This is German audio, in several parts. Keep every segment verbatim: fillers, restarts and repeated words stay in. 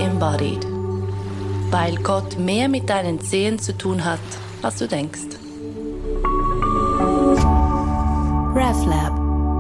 embodied. Weil Gott mehr mit deinen Zehen zu tun hat, als du denkst. RefLab.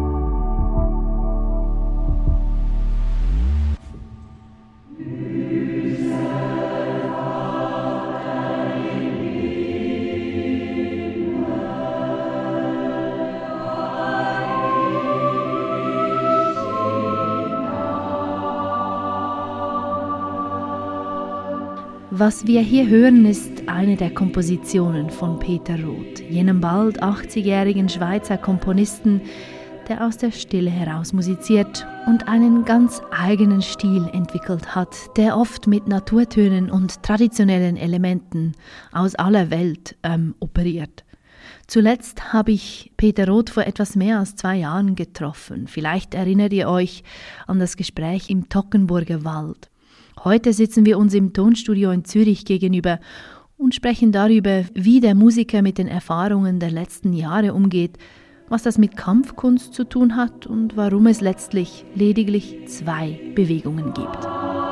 Was wir hier hören, ist eine der Kompositionen von Peter Roth, jenem bald achtzigjährigen Schweizer Komponisten, der aus der Stille heraus musiziert und einen ganz eigenen Stil entwickelt hat, der oft mit Naturtönen und traditionellen Elementen aus aller Welt ähm, operiert. Zuletzt habe ich Peter Roth vor etwas mehr als zwei Jahren getroffen. Vielleicht erinnert ihr euch an das Gespräch im Toggenburger Wald. Heute sitzen wir uns im Tonstudio in Zürich gegenüber und sprechen darüber, wie der Musiker mit den Erfahrungen der letzten Jahre umgeht, was das mit Kampfkunst zu tun hat und warum es letztlich lediglich zwei Bewegungen gibt.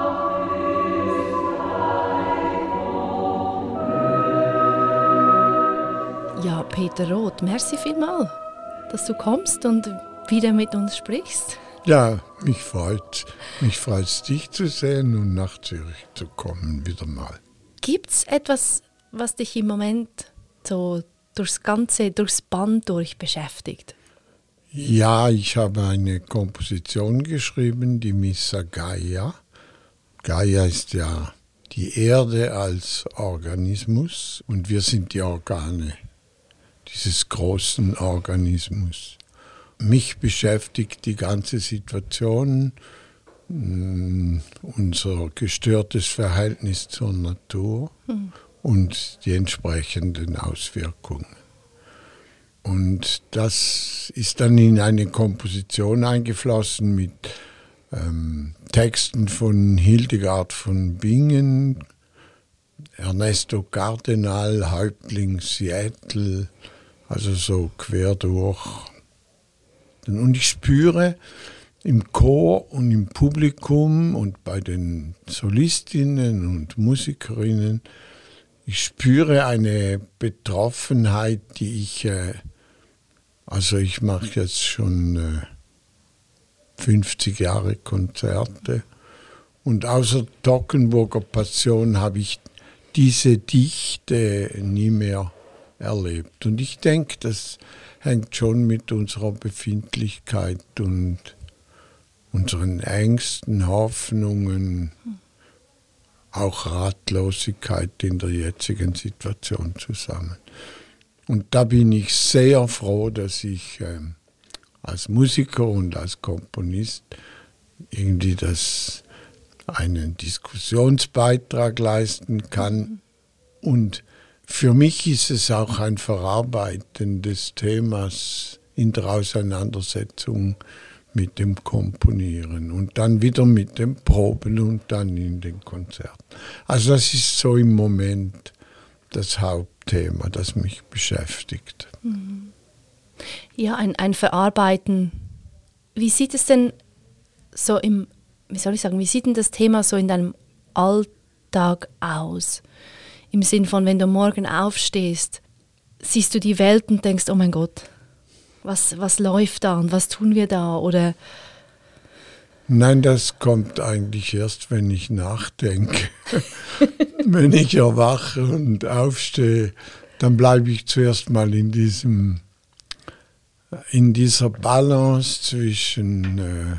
Ja, Peter Roth, merci vielmals, dass du kommst und wieder mit uns sprichst. Ja, mich freut mich freut's, dich zu sehen und nach Zürich zu kommen, wieder mal. Gibt es etwas, was dich im Moment so durchs Ganze, durchs Band durch beschäftigt? Ja, ich habe eine Komposition geschrieben, die Missa Gaia. Gaia ist ja die Erde als Organismus und wir sind die Organe dieses großen Organismus. Mich beschäftigt die ganze Situation, mh, unser gestörtes Verhältnis zur Natur mhm. und die entsprechenden Auswirkungen. Und das ist dann in eine Komposition eingeflossen mit ähm, Texten von Hildegard von Bingen, Ernesto Cardenal, Häuptling Seattle, also so quer durch. Und ich spüre im Chor und im Publikum und bei den Solistinnen und Musikerinnen, ich spüre eine Betroffenheit, die ich, äh, also ich mache jetzt schon äh, fünfzig Jahre Konzerte und außer Toggenburger Passion habe ich diese Dichte nie mehr erlebt. Und ich denke, das hängt schon mit unserer Befindlichkeit und unseren Ängsten, Hoffnungen, auch Ratlosigkeit in der jetzigen Situation zusammen. Und da bin ich sehr froh, dass ich äh, als Musiker und als Komponist irgendwie das einen Diskussionsbeitrag leisten kann. Und für mich ist es auch ein Verarbeiten des Themas in der Auseinandersetzung mit dem Komponieren und dann wieder mit dem Proben und dann in den Konzerten. Also das ist so im Moment das Hauptthema, das mich beschäftigt. Ja, ein, ein Verarbeiten. Wie sieht es denn so im, wie soll ich sagen, wie sieht denn das Thema so in deinem Alltag aus? Im Sinn von, wenn du morgen aufstehst, siehst du die Welt und denkst, oh mein Gott, was, was läuft da und was tun wir da? Oder Nein, das kommt eigentlich erst, wenn ich nachdenke. Wenn ich erwache und aufstehe, dann bleibe ich zuerst mal in diesem, in dieser Balance zwischen äh,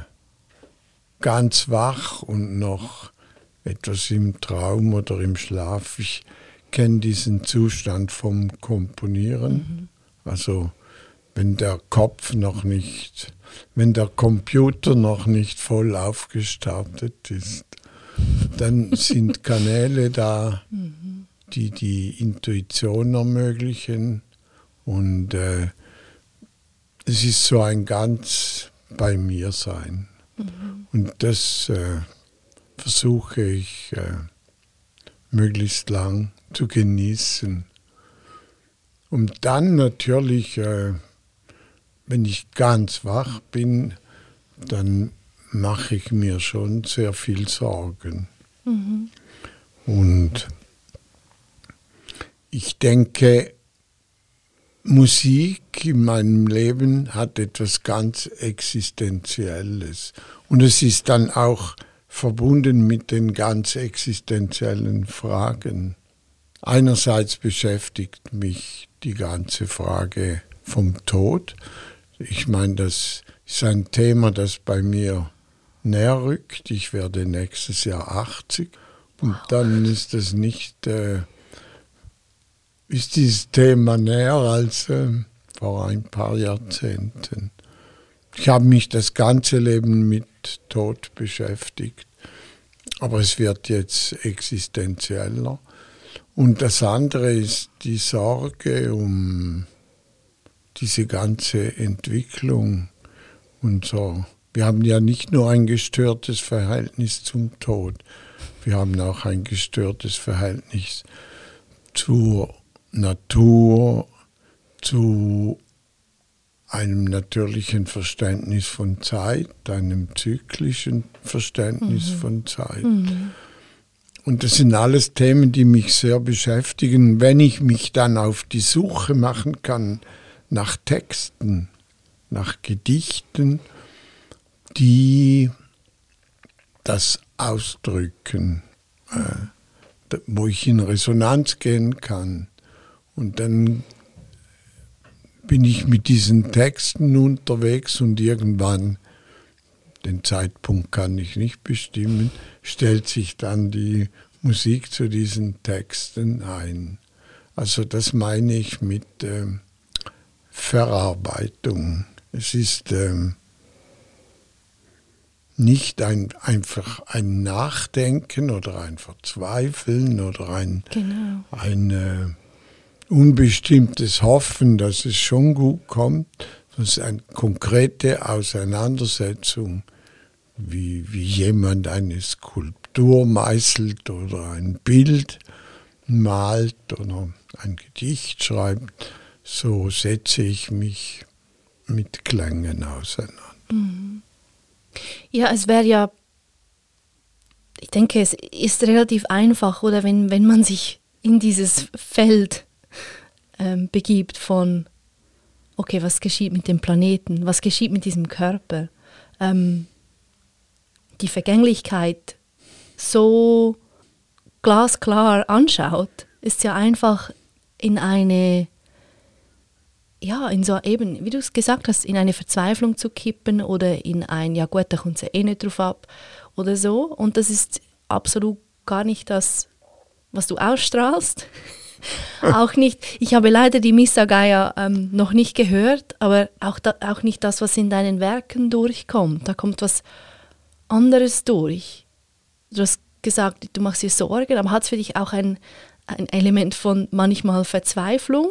ganz wach und noch etwas im Traum oder im Schlaf. Ich kenne diesen Zustand vom Komponieren. Mhm. Also wenn der Kopf noch nicht, wenn der Computer noch nicht voll aufgestartet ist, dann sind Kanäle da, mhm. die die Intuition ermöglichen. Und äh, es ist so ein ganz bei mir sein. Mhm. Und das äh, versuche ich äh, möglichst lang zu genießen. Und dann natürlich, äh, wenn ich ganz wach bin, dann mache ich mir schon sehr viel Sorgen. Mhm. Und ich denke, Musik in meinem Leben hat etwas ganz Existenzielles. Und es ist dann auch verbunden mit den ganz existenziellen Fragen. Einerseits beschäftigt mich die ganze Frage vom Tod. Ich meine, das ist ein Thema, das bei mir näher rückt. Ich werde nächstes Jahr achtzig und dann ist das nicht, äh, ist dieses Thema näher als äh, vor ein paar Jahrzehnten. Ich habe mich das ganze Leben mit Tod beschäftigt, aber es wird jetzt existenzieller. Und das andere ist die Sorge um diese ganze Entwicklung. Unser, wir haben ja nicht nur ein gestörtes Verhältnis zum Tod, wir haben auch ein gestörtes Verhältnis zur Natur, zu einem natürlichen Verständnis von Zeit, einem zyklischen Verständnis mhm. von Zeit. Mhm. Und das sind alles Themen, die mich sehr beschäftigen. Wenn ich mich dann auf die Suche machen kann nach Texten, nach Gedichten, die das ausdrücken, äh, wo ich in Resonanz gehen kann. Und dann bin ich mit diesen Texten unterwegs und irgendwann, den Zeitpunkt kann ich nicht bestimmen, stellt sich dann die Musik zu diesen Texten ein. Also das meine ich mit ähm, Verarbeitung. Es ist ähm, nicht ein, einfach ein Nachdenken oder ein Verzweifeln oder ein, genau. ein äh, unbestimmtes Hoffen, dass es schon gut kommt. Das ist eine konkrete Auseinandersetzung, wie, wie jemand eine Skulptur meißelt oder ein Bild malt oder ein Gedicht schreibt. So setze ich mich mit Klängen auseinander. Mhm. Ja, es wäre ja, ich denke, es ist relativ einfach, oder wenn, wenn man sich in dieses Feld ähm, begibt von, okay, was geschieht mit dem Planeten, was geschieht mit diesem Körper, ähm, die Vergänglichkeit so glasklar anschaut, ist ja einfach in eine, ja, in so eben, wie du es gesagt hast, in eine Verzweiflung zu kippen oder in ein, ja gut, da kommt es ja eh nicht drauf ab oder so. Und das ist absolut gar nicht das, was du ausstrahlst. Auch nicht, ich habe leider die Missa Gaia ähm, noch nicht gehört, aber auch, da, auch nicht das, was in deinen Werken durchkommt. Da kommt was anderes durch. Du hast gesagt, du machst dir Sorgen, aber hat es für dich auch ein, ein Element von manchmal Verzweiflung?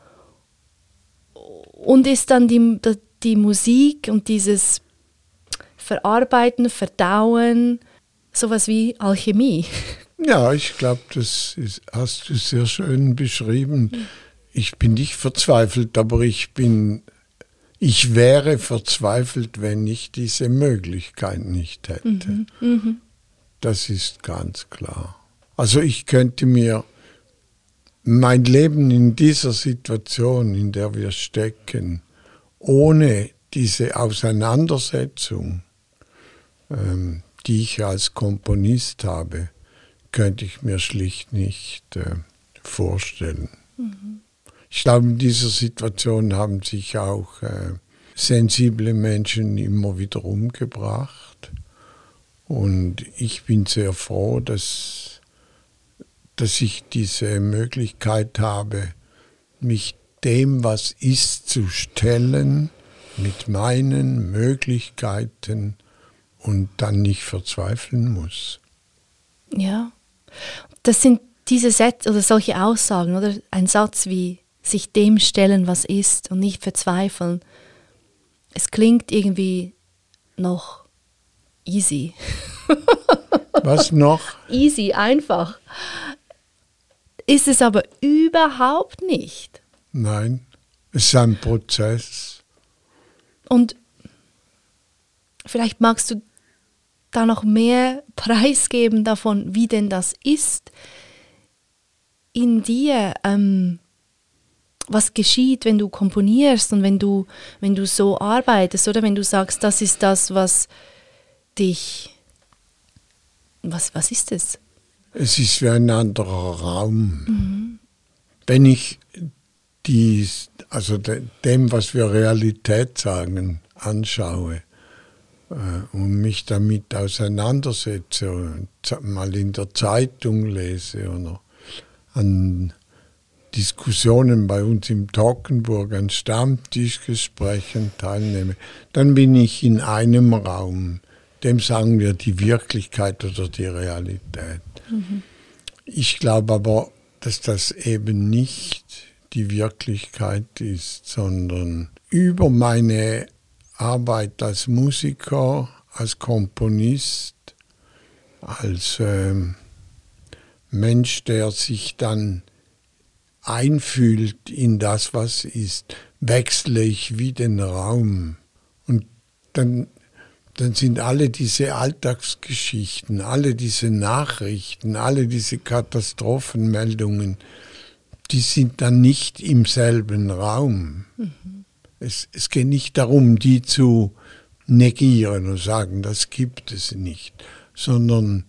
Und ist dann die, die Musik und dieses Verarbeiten, Verdauen sowas wie Alchemie? Ja, ich glaube, das ist, hast du sehr schön beschrieben. Mhm. Ich bin nicht verzweifelt, aber ich bin, ich wäre verzweifelt, wenn ich diese Möglichkeit nicht hätte. Mhm. Mhm. Das ist ganz klar. Also ich könnte mir mein Leben in dieser Situation, in der wir stecken, ohne diese Auseinandersetzung, ähm, die ich als Komponist habe, könnte ich mir schlicht nicht äh, vorstellen. Mhm. Ich glaube, in dieser Situation haben sich auch äh, sensible Menschen immer wieder umgebracht. Und ich bin sehr froh, dass dass ich diese Möglichkeit habe, mich dem, was ist, zu stellen, mit meinen Möglichkeiten und dann nicht verzweifeln muss. Ja, das sind diese Sätze oder solche Aussagen, oder ein Satz wie sich dem stellen, was ist und nicht verzweifeln. Es klingt irgendwie noch easy. Was noch? Easy, einfach. Ist es aber überhaupt nicht. Nein, es ist ein Prozess. Und vielleicht magst du da noch mehr preisgeben davon, wie denn das ist in dir, ähm, was geschieht, wenn du komponierst und wenn du, wenn du so arbeitest, oder wenn du sagst, das ist das, was dich, was, was ist es? Es ist wie ein anderer Raum. Mhm. Wenn ich dies, also de, dem, was wir Realität sagen, anschaue äh, und mich damit auseinandersetze und mal in der Zeitung lese oder an Diskussionen bei uns im Toggenburg, an Stammtischgesprächen teilnehme, dann bin ich in einem Raum, dem sagen wir die Wirklichkeit oder die Realität. Mhm. Ich glaube aber, dass das eben nicht die Wirklichkeit ist, sondern über meine Arbeit als Musiker, als Komponist, als ähm, Mensch, der sich dann einfühlt in das, was ist, wechsle ich wie den Raum. Und dann, dann sind alle diese Alltagsgeschichten, alle diese Nachrichten, alle diese Katastrophenmeldungen, die sind dann nicht im selben Raum. Mhm. Es, es geht nicht darum, die zu negieren und sagen, das gibt es nicht, sondern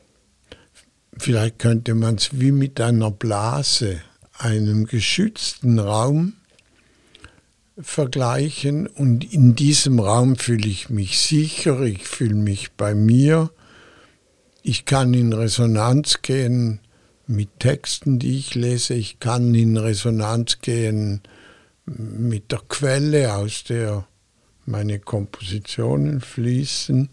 vielleicht könnte man es wie mit einer Blase, einem geschützten Raum vergleichen, und in diesem Raum fühle ich mich sicher, ich fühle mich bei mir, ich kann in Resonanz gehen mit Texten, die ich lese, ich kann in Resonanz gehen mit der Quelle, aus der meine Kompositionen fließen,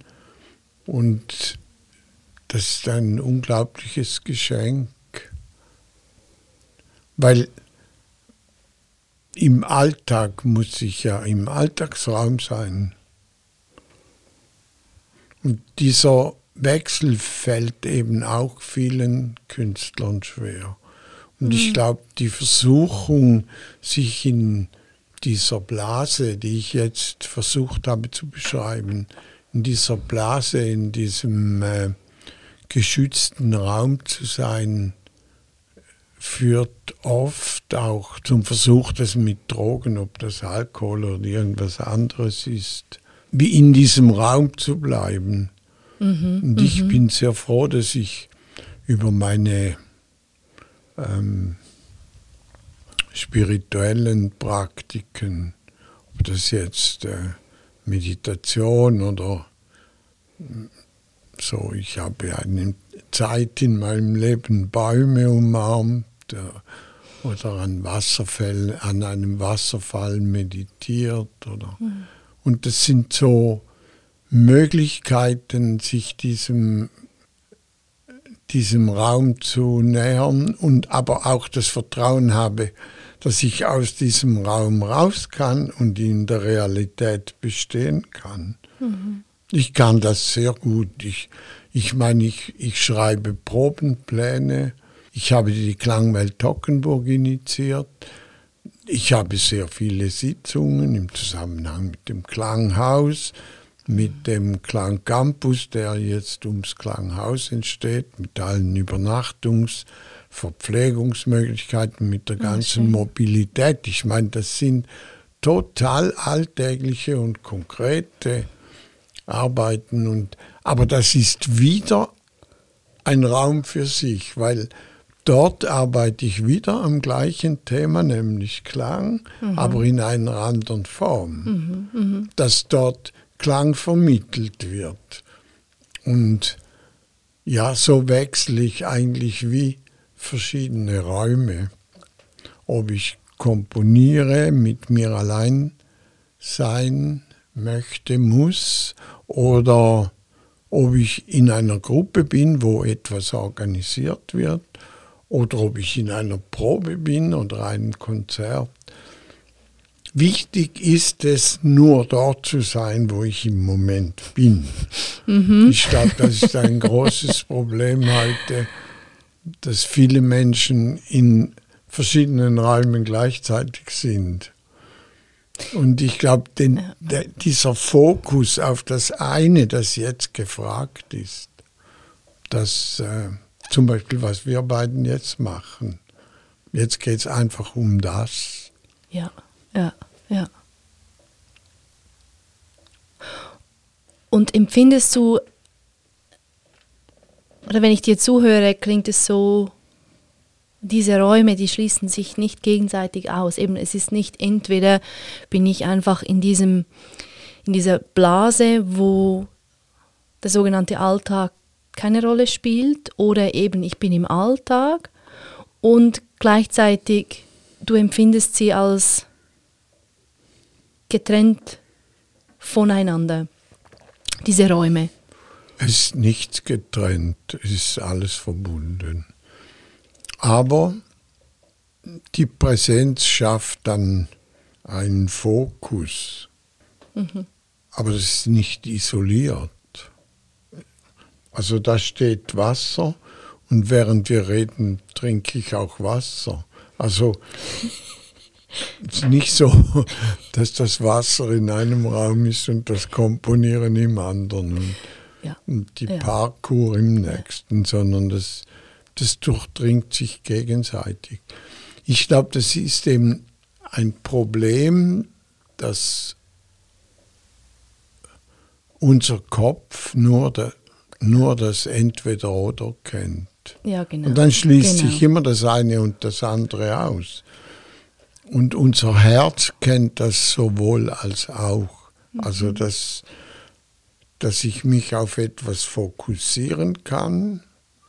und das ist ein unglaubliches Geschenk. Weil im Alltag muss ich ja im Alltagsraum sein. Und dieser Wechsel fällt eben auch vielen Künstlern schwer. Und mhm. ich glaube, die Versuchung, sich in dieser Blase, die ich jetzt versucht habe zu beschreiben, in dieser Blase, in diesem äh, geschützten Raum zu sein, führt oft auch zum Versuch, das mit Drogen, ob das Alkohol oder irgendwas anderes ist, wie in diesem Raum zu bleiben. Mhm, und ich m- bin sehr froh, dass ich über meine ähm, spirituellen Praktiken, ob das jetzt äh, Meditation oder so, ich habe eine Zeit in meinem Leben Bäume umarmt oder an Wasserfällen, an einem Wasserfall meditiert oder mhm. und das sind so Möglichkeiten, sich diesem diesem Raum zu nähern, und aber auch das Vertrauen habe, dass ich aus diesem Raum raus kann und in der Realität bestehen kann. Mhm. Ich kann das sehr gut. Ich, ich meine, ich, ich schreibe Probenpläne. Ich habe die Klangwelt Toggenburg initiiert. Ich habe sehr viele Sitzungen im Zusammenhang mit dem Klanghaus, mit dem Klangcampus, der jetzt ums Klanghaus entsteht, mit allen Übernachtungs-, Verpflegungsmöglichkeiten, mit der ganzen oh, Mobilität. Ich meine, das sind total alltägliche und konkrete Arbeiten. Und, aber das ist wieder ein Raum für sich, weil dort arbeite ich wieder am gleichen Thema, nämlich Klang, mhm. aber in einer anderen Form, mhm, mh. dass dort Klang vermittelt wird. Und ja, so wechsle ich eigentlich wie verschiedene Räume. Ob ich komponiere, mit mir allein sein möchte, muss, oder ob ich in einer Gruppe bin, wo etwas organisiert wird, oder ob ich in einer Probe bin oder einem Konzert. Wichtig ist es, nur dort zu sein, wo ich im Moment bin. Mhm. Ich glaube, das ist ein großes Problem heute, dass viele Menschen in verschiedenen Räumen gleichzeitig sind. Und ich glaube, Ja. der, dieser Fokus auf das eine, das jetzt gefragt ist, das äh, zum Beispiel, was wir beiden jetzt machen, jetzt geht es einfach um das. Ja, ja, ja. Und empfindest du, oder wenn ich dir zuhöre, klingt es so, diese Räume, die schließen sich nicht gegenseitig aus. Eben, es ist nicht entweder bin ich einfach in diesem, in dieser Blase, wo der sogenannte Alltag keine Rolle spielt, oder eben ich bin im Alltag und gleichzeitig du empfindest sie als getrennt voneinander, diese Räume. Es ist nichts getrennt, es ist alles verbunden. Aber die Präsenz schafft dann einen Fokus. Mhm. Aber das ist nicht isoliert. Also da steht Wasser und während wir reden, trinke ich auch Wasser. Also es ist nicht so, dass das Wasser in einem Raum ist und das Komponieren im anderen und, ja. und die ja. Parkour im nächsten, ja. sondern das, das durchdringt sich gegenseitig. Ich glaube, das ist eben ein Problem, dass unser Kopf nur, der, nur das Entweder-Oder kennt. Ja, genau. Und dann schließt genau. sich immer das eine und das andere aus. Und unser Herz kennt das sowohl als auch. Mhm. Also, dass, dass ich mich auf etwas fokussieren kann,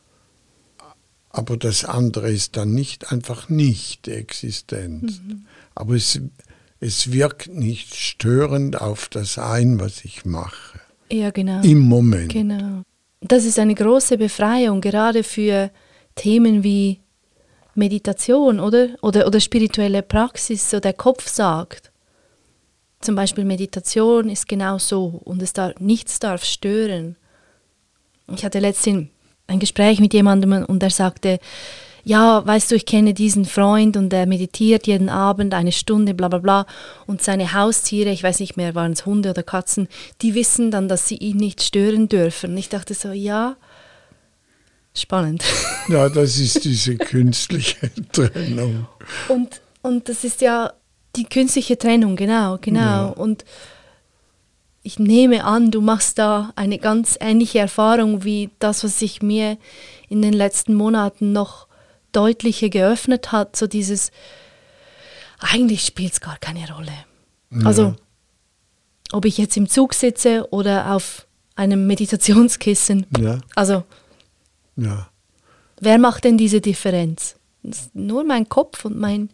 aber das andere ist dann nicht einfach nicht existent. Mhm. Aber es, es wirkt nicht störend auf das ein, was ich mache. Ja, genau. Im Moment. Genau. Das ist eine große Befreiung, gerade für Themen wie Meditation, oder? Oder, oder spirituelle Praxis. So der Kopf sagt, zum Beispiel Meditation ist genau so und es darf, nichts darf stören. Ich hatte letztens ein Gespräch mit jemandem und der sagte, ja, weißt du, ich kenne diesen Freund und er meditiert jeden Abend eine Stunde, bla bla bla. Und seine Haustiere, ich weiß nicht mehr, waren es Hunde oder Katzen, die wissen dann, dass sie ihn nicht stören dürfen. Und ich dachte so, ja, spannend. Ja, das ist diese künstliche Trennung. Und, und das ist ja die künstliche Trennung, genau, genau. Ja. Und ich nehme an, du machst da eine ganz ähnliche Erfahrung wie das, was sich mir in den letzten Monaten noch deutlicher geöffnet hat, so dieses, eigentlich spielt es gar keine Rolle. Ja. Also, ob ich jetzt im Zug sitze oder auf einem Meditationskissen, ja. also, ja. wer macht denn diese Differenz? Das ist nur mein Kopf und mein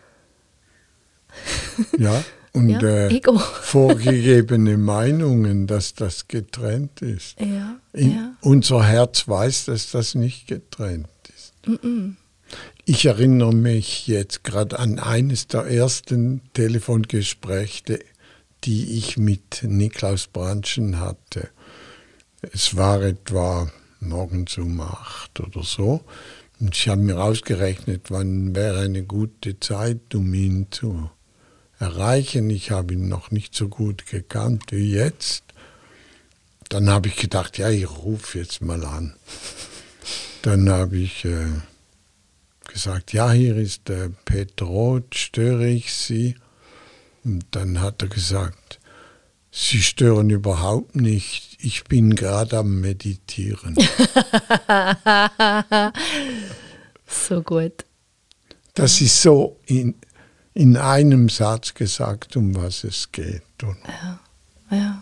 ja, und ja, äh, Ego. vorgegebene Meinungen, dass das getrennt ist. Ja, In, ja. Unser Herz weiß, dass das nicht getrennt ist. Mm-mm. Ich erinnere mich jetzt gerade an eines der ersten Telefongespräche, die ich mit Niklaus Brandschen hatte. Es war etwa morgens um acht oder so. Und ich habe mir ausgerechnet, wann wäre eine gute Zeit, um ihn zu erreichen. Ich habe ihn noch nicht so gut gekannt wie jetzt. Dann habe ich gedacht, ja, ich rufe jetzt mal an. Dann habe ich äh, gesagt, ja, hier ist der Peter Roth, störe ich Sie? Und dann hat er gesagt, Sie stören überhaupt nicht, ich bin gerade am Meditieren. So gut. Das ist so in, in einem Satz gesagt, um was es geht. Und ja, ja.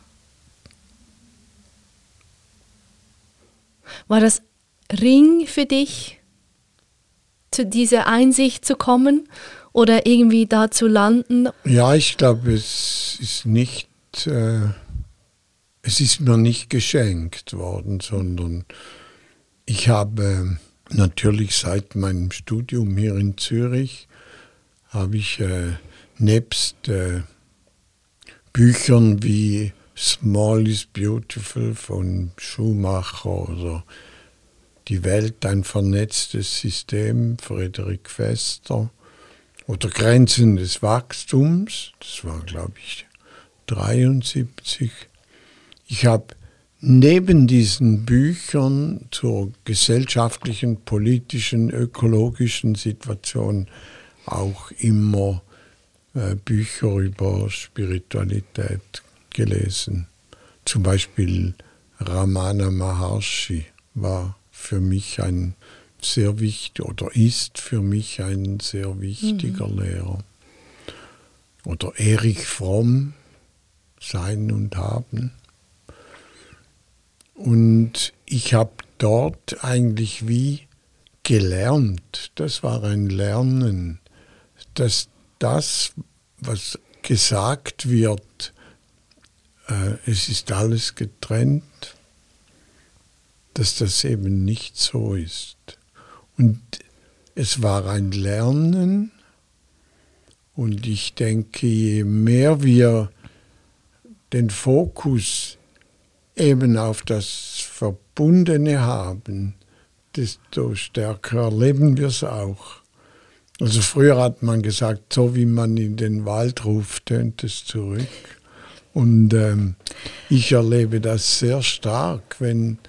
War das Ring für dich, zu dieser Einsicht zu kommen oder irgendwie da zu landen? Ja, ich glaube, es ist nicht, äh, es ist mir nicht geschenkt worden, sondern ich habe natürlich seit meinem Studium hier in Zürich, habe ich äh, nebst äh, Büchern wie Small is Beautiful von Schumacher oder Die Welt, ein vernetztes System, Friedrich Vester, oder Grenzen des Wachstums, das war, glaube ich, dreiundsiebzig. Ich habe neben diesen Büchern zur gesellschaftlichen, politischen, ökologischen Situation auch immer äh, Bücher über Spiritualität gelesen. Zum Beispiel Ramana Maharshi war für mich ein sehr wichtig oder ist für mich ein sehr wichtiger mhm. Lehrer. Oder Erich Fromm, Sein und Haben. Und ich habe dort eigentlich wie gelernt, das war ein Lernen, dass das, was gesagt wird, äh, es ist alles getrennt, dass das eben nicht so ist. Und es war ein Lernen und ich denke, je mehr wir den Fokus eben auf das Verbundene haben, desto stärker erleben wir es auch. Also früher hat man gesagt, so wie man in den Wald ruft, tönt es zurück. Und ähm, ich erlebe das sehr stark, wenn,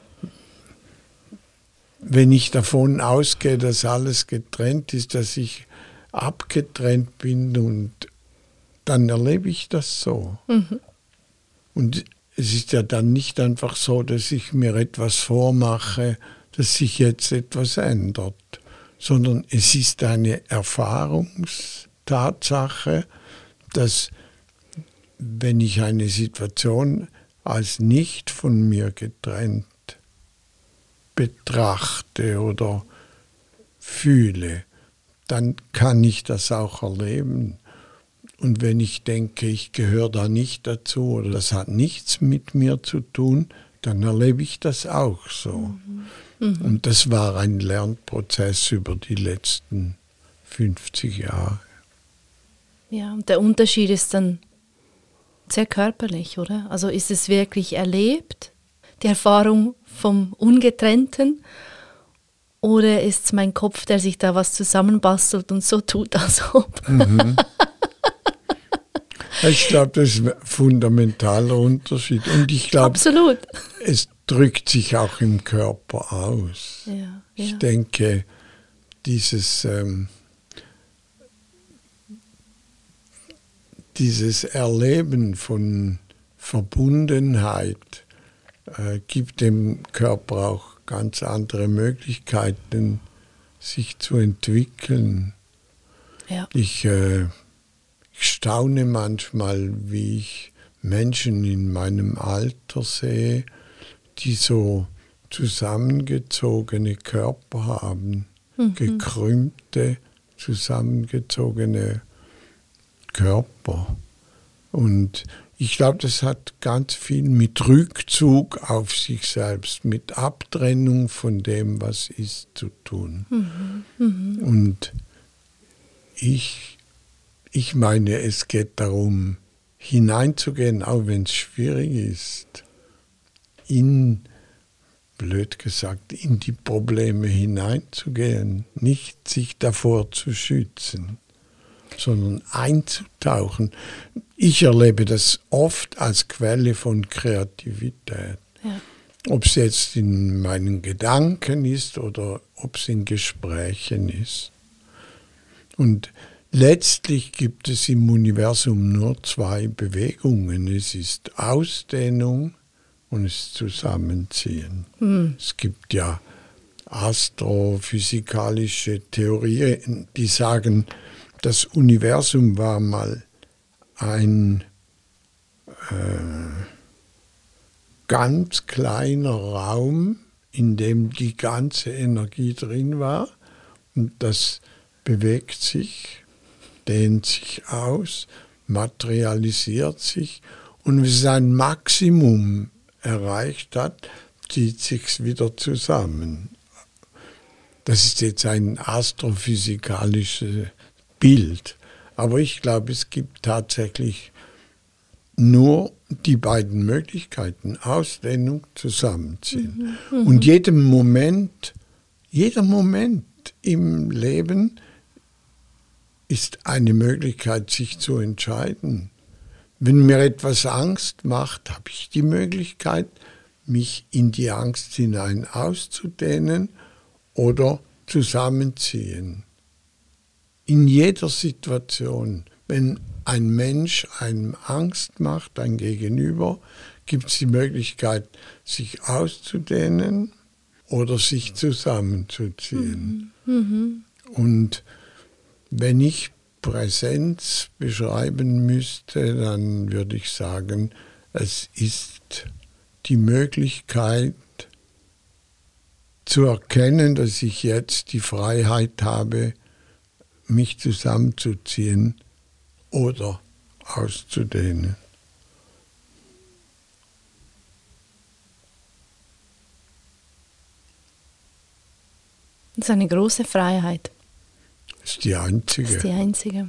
wenn ich davon ausgehe, dass alles getrennt ist, dass ich abgetrennt bin, und dann erlebe ich das so. Mhm. Und es ist ja dann nicht einfach so, dass ich mir etwas vormache, dass sich jetzt etwas ändert, sondern es ist eine Erfahrungstatsache, dass wenn ich eine Situation als nicht von mir getrennt betrachte oder fühle, dann kann ich das auch erleben. Und wenn ich denke, ich gehöre da nicht dazu oder das hat nichts mit mir zu tun, dann erlebe ich das auch so. Mhm. Mhm. Und das war ein Lernprozess über die letzten fünfzig Jahre. Ja, und der Unterschied ist dann sehr körperlich, oder? Also ist es wirklich erlebt, die Erfahrung vom Ungetrennten? Oder ist es mein Kopf, der sich da was zusammenbastelt und so tut, als ob? Mhm. Ich glaube, das ist ein fundamentaler Unterschied. Und ich glaube, es drückt sich auch im Körper aus. Ja, ja. Ich denke, dieses, ähm, dieses Erleben von Verbundenheit äh, gibt dem Körper auch ganz andere Möglichkeiten, sich zu entwickeln. Ja. Ich äh, Ich staune manchmal, wie ich Menschen in meinem Alter sehe, die so zusammengezogene Körper haben, mhm. gekrümmte, zusammengezogene Körper. Und ich glaube, das hat ganz viel mit Rückzug auf sich selbst, mit Abtrennung von dem, was ist, zu tun. Mhm. Mhm. Und ich Ich meine, es geht darum, hineinzugehen, auch wenn es schwierig ist, in, blöd gesagt, in die Probleme hineinzugehen, nicht sich davor zu schützen, sondern einzutauchen. Ich erlebe das oft als Quelle von Kreativität. Ja. Ob es jetzt in meinen Gedanken ist oder ob es in Gesprächen ist. Und letztlich gibt es im Universum nur zwei Bewegungen. Es ist Ausdehnung und es ist Zusammenziehen. Hm. Es gibt ja astrophysikalische Theorien, die sagen, das Universum war mal ein äh, ganz kleiner Raum, in dem die ganze Energie drin war, und das bewegt sich, dehnt sich aus, materialisiert sich, und wenn es ein Maximum erreicht hat, zieht sich wieder zusammen. Das ist jetzt ein astrophysikalisches Bild, aber ich glaube, es gibt tatsächlich nur die beiden Möglichkeiten, Ausdehnung, Zusammenziehen. Mhm. Mhm. Und jedem Moment, jeder Moment im Leben, ist eine Möglichkeit, sich zu entscheiden. Wenn mir etwas Angst macht, habe ich die Möglichkeit, mich in die Angst hinein auszudehnen oder zusammenziehen. In jeder Situation, wenn ein Mensch einem Angst macht, ein Gegenüber, gibt es die Möglichkeit, sich auszudehnen oder sich zusammenzuziehen. Mhm. Und wenn ich Präsenz beschreiben müsste, dann würde ich sagen, es ist die Möglichkeit zu erkennen, dass ich jetzt die Freiheit habe, mich zusammenzuziehen oder auszudehnen. Das ist eine große Freiheit. Das ist die einzige. Das ist die einzige.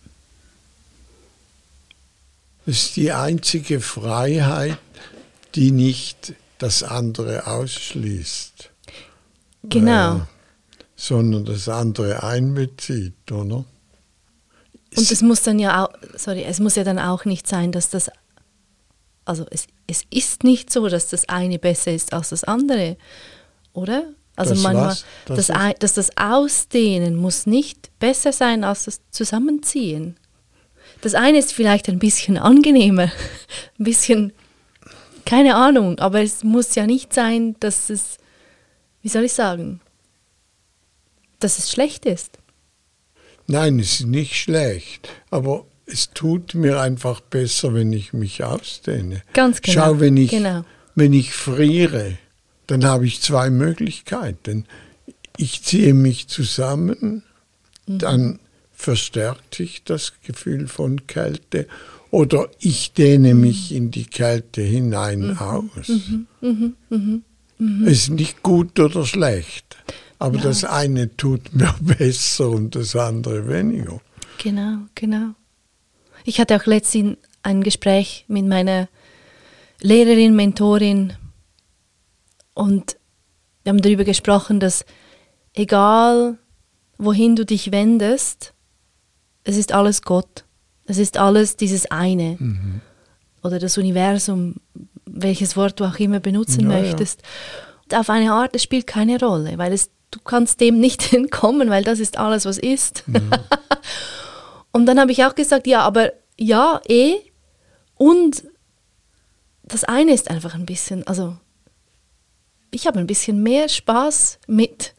Das ist die einzige Freiheit, die nicht das andere ausschließt. Genau. Äh, sondern das andere einbezieht, oder? Und es muss dann ja auch, sorry, es muss ja dann auch nicht sein, dass das, also es, es ist nicht so, dass das eine besser ist als das andere, oder? Also das manchmal, was? Das das ein, dass das Ausdehnen muss nicht besser sein als das Zusammenziehen. Das eine ist vielleicht ein bisschen angenehmer, ein bisschen, keine Ahnung, aber es muss ja nicht sein, dass es, wie soll ich sagen, dass es schlecht ist. Nein, es ist nicht schlecht, aber es tut mir einfach besser, wenn ich mich ausdehne. Ganz genau. Schau, wenn ich, genau. wenn ich friere, dann habe ich zwei Möglichkeiten. Ich ziehe mich zusammen, mhm. dann verstärkt sich das Gefühl von Kälte, oder ich dehne mhm. mich in die Kälte hinein mhm. aus. Mhm. Mhm. Mhm. Mhm. Es ist nicht gut oder schlecht, aber ja. das eine tut mir besser und das andere weniger. Genau, genau. Ich hatte auch letztens ein Gespräch mit meiner Lehrerin, Mentorin, und wir haben darüber gesprochen, dass egal wohin du dich wendest, es ist alles Gott. Es ist alles dieses eine. Mhm. Oder das Universum, welches Wort du auch immer benutzen ja, möchtest. Ja. Auf eine Art, es spielt keine Rolle, weil es, du kannst dem nicht entkommen, weil das ist alles, was ist. Mhm. Und dann habe ich auch gesagt, ja, aber ja, eh. Und das eine ist einfach ein bisschen, also ich habe ein bisschen mehr Spaß mit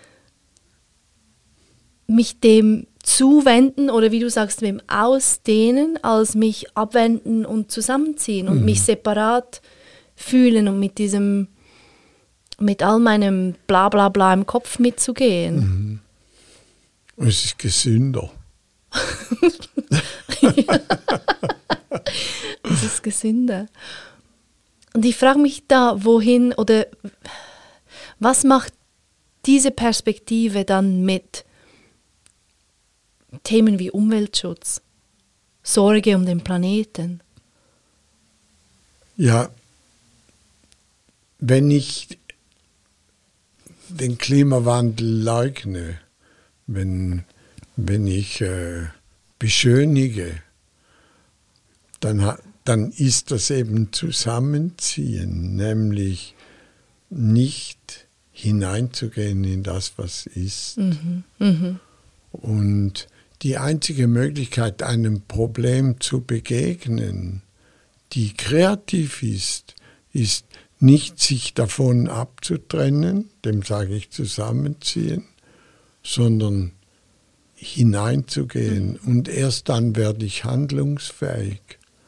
mich dem zuwenden oder wie du sagst, mit dem Ausdehnen, als mich abwenden und zusammenziehen und mhm. mich separat fühlen und mit diesem, mit all meinem Bla Bla Bla im Kopf mitzugehen. Mhm. Es ist gesünder. Es ist gesünder. Und ich frage mich da, wohin oder was macht diese Perspektive dann mit Themen wie Umweltschutz, Sorge um den Planeten? Ja, wenn ich den Klimawandel leugne, wenn, wenn ich äh, beschönige, dann, dann ist das eben Zusammenziehen, nämlich nicht hineinzugehen in das, was ist. Mhm. Mhm. Und die einzige Möglichkeit, einem Problem zu begegnen, die kreativ ist, ist nicht sich davon abzutrennen, dem sage ich zusammenziehen, sondern hineinzugehen. Und erst dann werde ich handlungsfähig.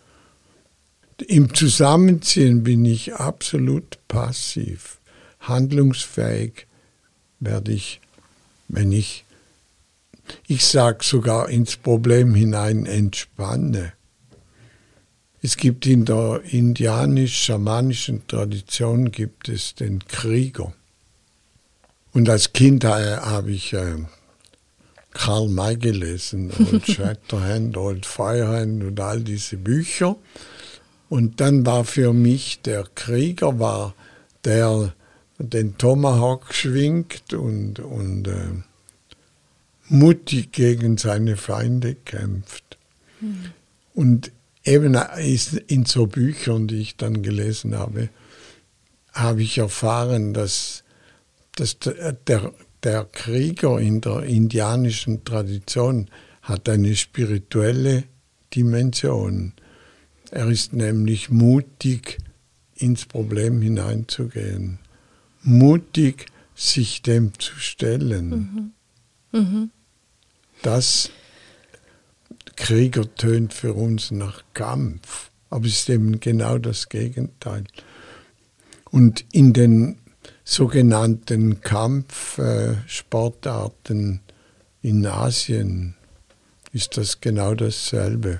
Im Zusammenziehen bin ich absolut passiv. Handlungsfähig werde ich, wenn ich, ich sage sogar ins Problem hinein entspanne. Es gibt in der indianisch-schamanischen Tradition gibt es den Krieger. Und als Kind äh, habe ich äh, Karl May gelesen, Old Shatterhand, Old Firehand und all diese Bücher. Und dann war für mich der Krieger, war der den Tomahawk schwingt und, und äh, mutig gegen seine Feinde kämpft. Mhm. Und eben in so Büchern, die ich dann gelesen habe, habe ich erfahren, dass, dass der, der Krieger in der indianischen Tradition hat eine spirituelle Dimension. Er ist nämlich mutig, ins Problem hineinzugehen. Mutig, sich dem zu stellen. Mhm. Mhm. Das Krieger tönt für uns nach Kampf, aber es ist eben genau das Gegenteil. Und in den sogenannten Kampfsportarten in Asien ist das genau dasselbe.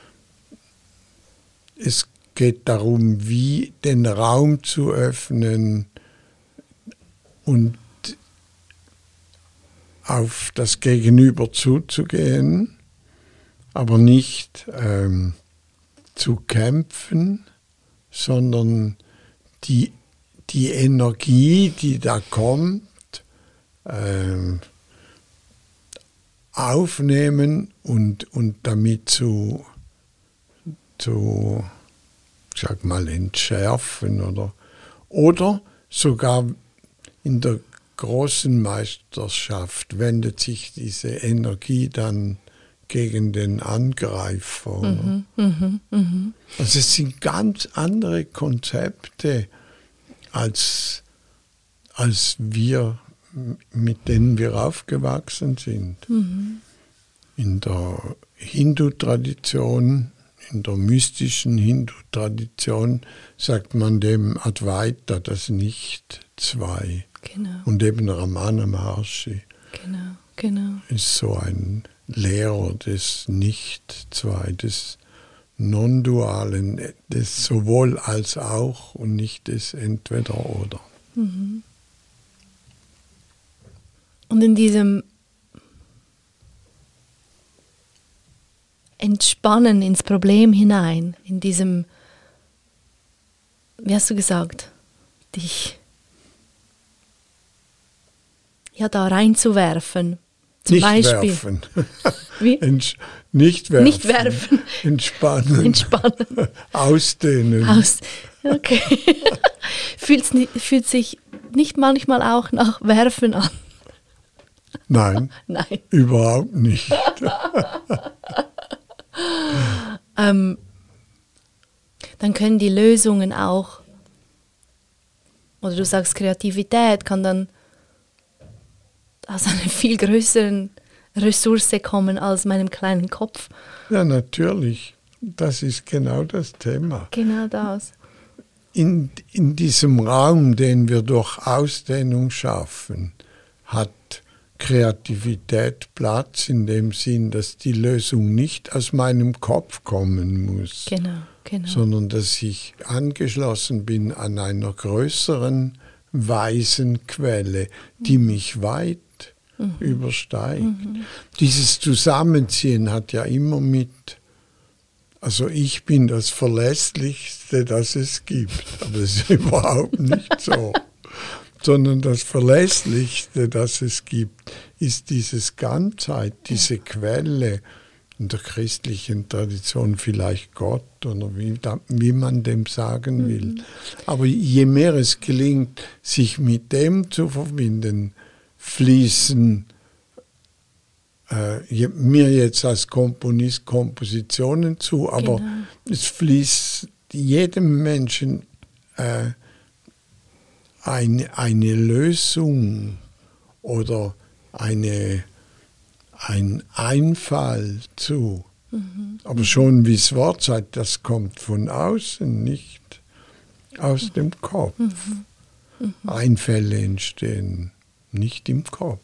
Es geht darum, wie den Raum zu öffnen und auf das Gegenüber zuzugehen, aber nicht ähm, zu kämpfen, sondern die, die Energie, die da kommt, ähm, aufnehmen und, und damit zu, zu, ich sag mal, entschärfen oder, oder sogar in der großen Meisterschaft wendet sich diese Energie dann gegen den Angreifer. Mhm, mh, mh. Also es sind ganz andere Konzepte, als, als wir, mit denen wir aufgewachsen sind. Mhm. In der Hindu-Tradition, in der mystischen Hindu-Tradition sagt man dem Advaita, das Nicht-Zwei. Genau. Und eben Ramana Maharshi genau, genau. ist so ein Lehrer des Nicht-Zwei, des Non-Dualen, des sowohl als auch und nicht des Entweder-Oder. Mhm. Und in diesem Entspannen ins Problem hinein, in diesem, wie hast du gesagt, dich ja da reinzuwerfen. Zum nicht Beispiel. Werfen. Wie? Entsch- nicht werfen. Nicht werfen. Entspannen. Entspannen. Ausdehnen. Aus. Okay. Fühlt's ni- fühlt sich nicht manchmal auch nach Werfen an? Nein. Nein. Überhaupt nicht. ähm, dann können die Lösungen auch, oder du sagst Kreativität, kann dann aus einer viel größeren Ressource kommen als meinem kleinen Kopf. Ja, natürlich. Das ist genau das Thema. Genau das. In, in diesem Raum, den wir durch Ausdehnung schaffen, hat Kreativität Platz in dem Sinn, dass die Lösung nicht aus meinem Kopf kommen muss, Genau, genau. sondern dass ich angeschlossen bin an einer größeren, weisen Quelle, die mich weit mhm. übersteigt. Mhm. Dieses Zusammenziehen hat ja immer mit, also ich bin das Verlässlichste, das es gibt, aber das ist überhaupt nicht so. Sondern das Verlässlichste, das es gibt, ist dieses Ganzheit, diese Quelle, in der christlichen Tradition vielleicht Gott oder wie, da, wie man dem sagen will. Mhm. Aber je mehr es gelingt, sich mit dem zu verbinden, fließen äh, mir jetzt als Komponist Kompositionen zu, aber genau. Es fließt jedem Menschen äh, Eine, eine Lösung oder eine, ein Einfall zu. Mhm. Aber schon wie das Wort sagt, das kommt von außen, nicht aus mhm. dem Kopf. Mhm. Mhm. Einfälle entstehen nicht im Kopf.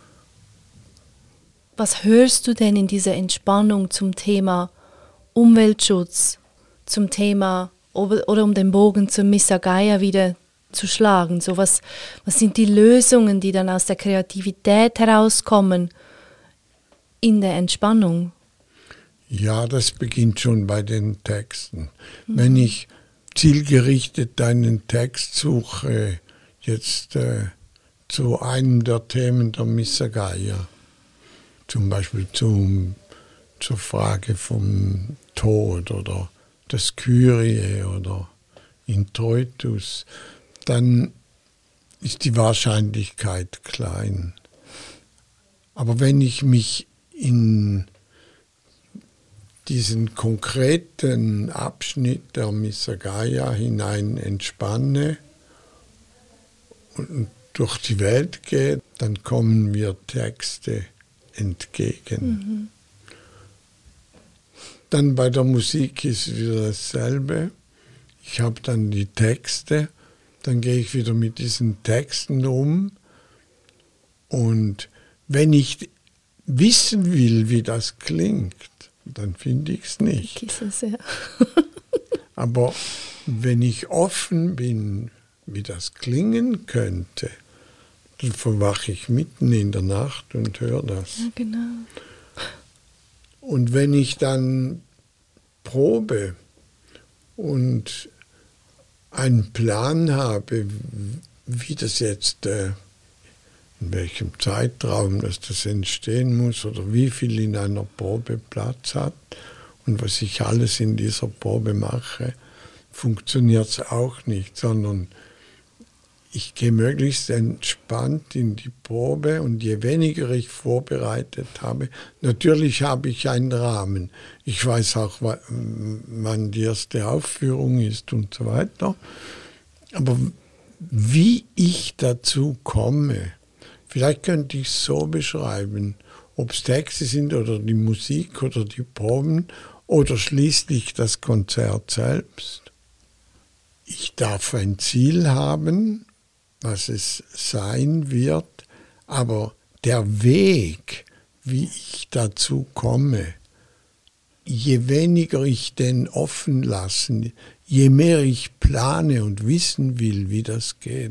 Was hörst du denn in dieser Entspannung zum Thema Umweltschutz, zum Thema, oder um den Bogen zum Missa Gaia wieder zu schlagen? So was, was sind die Lösungen, die dann aus der Kreativität herauskommen in der Entspannung? Ja, das beginnt schon bei den Texten. Mhm. Wenn ich zielgerichtet einen Text suche, jetzt äh, zu einem der Themen der Missa Gaia, zum Beispiel zum, zur Frage vom Tod oder das Kyrie oder Introitus, dann ist die Wahrscheinlichkeit klein. Aber wenn ich mich in diesen konkreten Abschnitt der Missa Gaia hinein entspanne und durch die Welt gehe, dann kommen mir Texte entgegen. Mhm. Dann bei der Musik ist es wieder dasselbe. Ich habe dann die Texte, dann gehe ich wieder mit diesen Texten um. Und wenn ich wissen will, wie das klingt, dann finde ich es nicht. Ich es, ja. Aber wenn ich offen bin, wie das klingen könnte, dann verwache ich mitten in der Nacht und höre das. Ja, genau. Und wenn ich dann probe und einen Plan habe, wie das jetzt, äh, in welchem Zeitraum dass das entstehen muss oder wie viel in einer Probe Platz hat und was ich alles in dieser Probe mache, funktioniert es auch nicht, sondern ich gehe möglichst entspannt in die Probe und je weniger ich vorbereitet habe, natürlich habe ich einen Rahmen. Ich weiß auch, wann die erste Aufführung ist und so weiter. Aber wie ich dazu komme, vielleicht könnte ich es so beschreiben, ob es Texte sind oder die Musik oder die Proben oder schließlich das Konzert selbst. Ich darf ein Ziel haben, was es sein wird, aber der Weg, wie ich dazu komme, je weniger ich den offen lasse, je mehr ich plane und wissen will, wie das geht.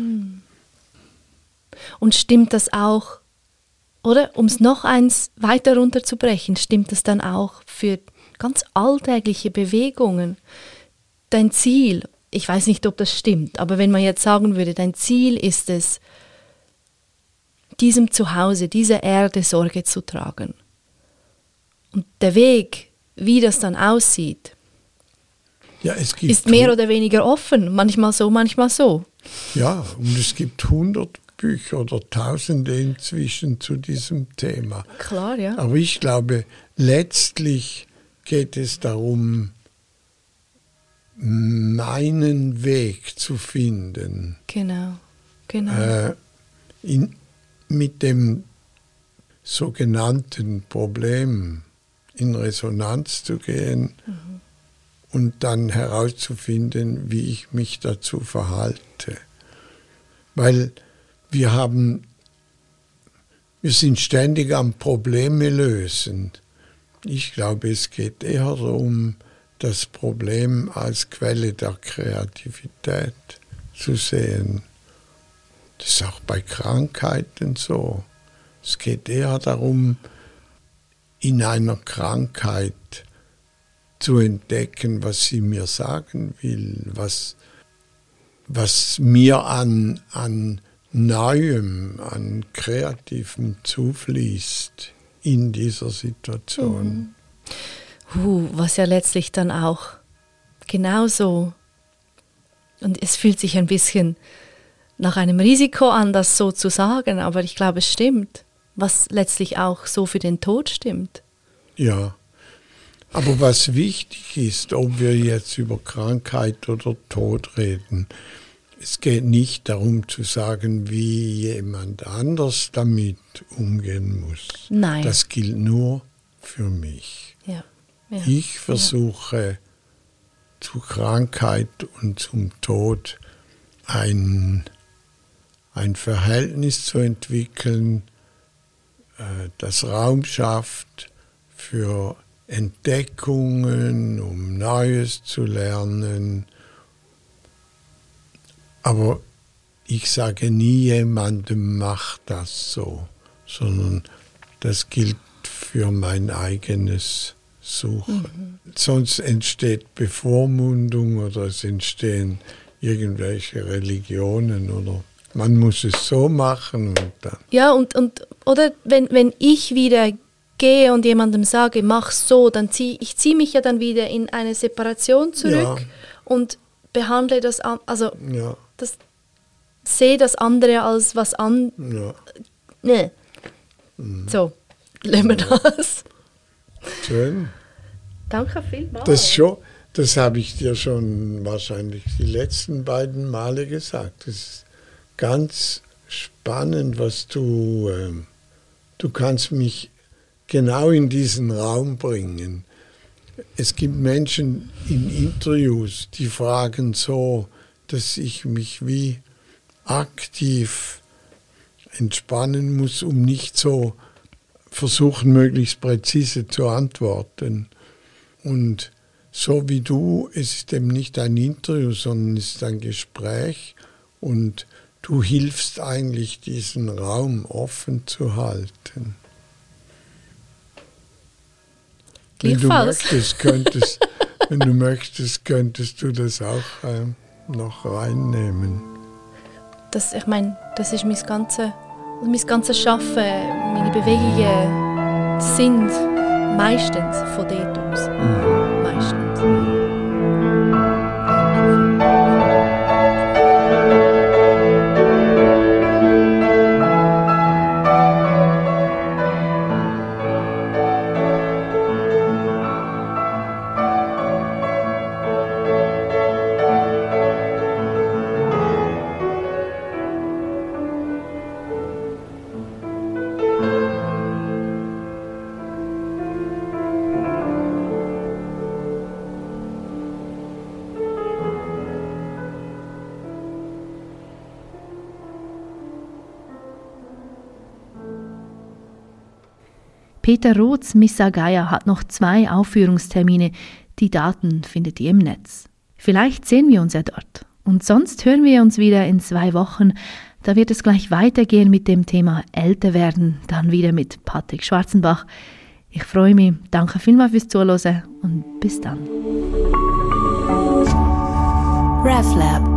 Und stimmt das auch, oder um es noch eins weiter runterzubrechen, stimmt das dann auch für ganz alltägliche Bewegungen? Dein Ziel, ich weiß nicht, ob das stimmt, aber wenn man jetzt sagen würde, dein Ziel ist es, diesem Zuhause, dieser Erde Sorge zu tragen. Und der Weg, wie das dann aussieht, ja, es gibt ist mehr oder weniger offen, manchmal so, manchmal so. Ja, und es gibt hundert Bücher oder Tausende inzwischen zu diesem Thema. Klar, ja. Aber ich glaube, letztlich geht es darum, meinen Weg zu finden. Genau, genau. Äh, in, mit dem sogenannten Problem in Resonanz zu gehen mhm. und dann herauszufinden, wie ich mich dazu verhalte. Weil wir haben, wir sind ständig am Probleme lösen. Ich glaube, es geht eher darum, das Problem als Quelle der Kreativität zu sehen. Das ist auch bei Krankheiten so. Es geht eher darum, in einer Krankheit zu entdecken, was sie mir sagen will, was, was mir an, an Neuem, an Kreativem zufließt in dieser Situation. Mhm. Uh, was ja letztlich dann auch genauso, und es fühlt sich ein bisschen nach einem Risiko an, das so zu sagen, aber ich glaube, es stimmt, was letztlich auch so für den Tod stimmt. Ja, aber was wichtig ist, ob wir jetzt über Krankheit oder Tod reden, es geht nicht darum zu sagen, wie jemand anders damit umgehen muss. Nein. Das gilt nur für mich. Ja. Ja. Ich versuche ja. zu Krankheit und zum Tod ein, ein Verhältnis zu entwickeln, äh, das Raum schafft für Entdeckungen, um Neues zu lernen. Aber ich sage nie jemandem, mach das so, sondern das gilt für mein eigenes Suchen. Mhm. Sonst entsteht Bevormundung oder es entstehen irgendwelche Religionen oder man muss es so machen und dann. Ja, und, und oder wenn, wenn ich wieder gehe und jemandem sage, mach so, dann ziehe ich ziehe mich ja dann wieder in eine Separation zurück Ja. und behandle das, an, also Ja. das, sehe das andere als was an. Ja. Ne. So, lassen wir das. Schön. Danke vielmals. Das schon, das habe ich dir schon wahrscheinlich die letzten beiden Male gesagt. Das ist ganz spannend, was du, ähm, du kannst mich genau in diesen Raum bringen. Es gibt Menschen in Interviews, die fragen so, dass ich mich wie aktiv entspannen muss, um nicht so versuchen, möglichst präzise zu antworten. Und so wie du, es ist eben nicht ein Interview, sondern es ist ein Gespräch und du hilfst eigentlich, diesen Raum offen zu halten. Wenn du möchtest, könntest, wenn du möchtest, könntest du das auch ähm, noch reinnehmen. Das, ich meine, das ist mein ganzes mein ganze Schaffen, meine Bewegungen sind meistens von dort aus. Mhm. Meistens. Peter Roths Missa Gaia hat noch zwei Aufführungstermine. Die Daten findet ihr im Netz. Vielleicht sehen wir uns ja dort. Und sonst hören wir uns wieder in zwei Wochen. Da wird es gleich weitergehen mit dem Thema Älter werden, dann wieder mit Patrick Schwarzenbach. Ich freue mich. Danke vielmals fürs Zuhören und bis dann. RefLab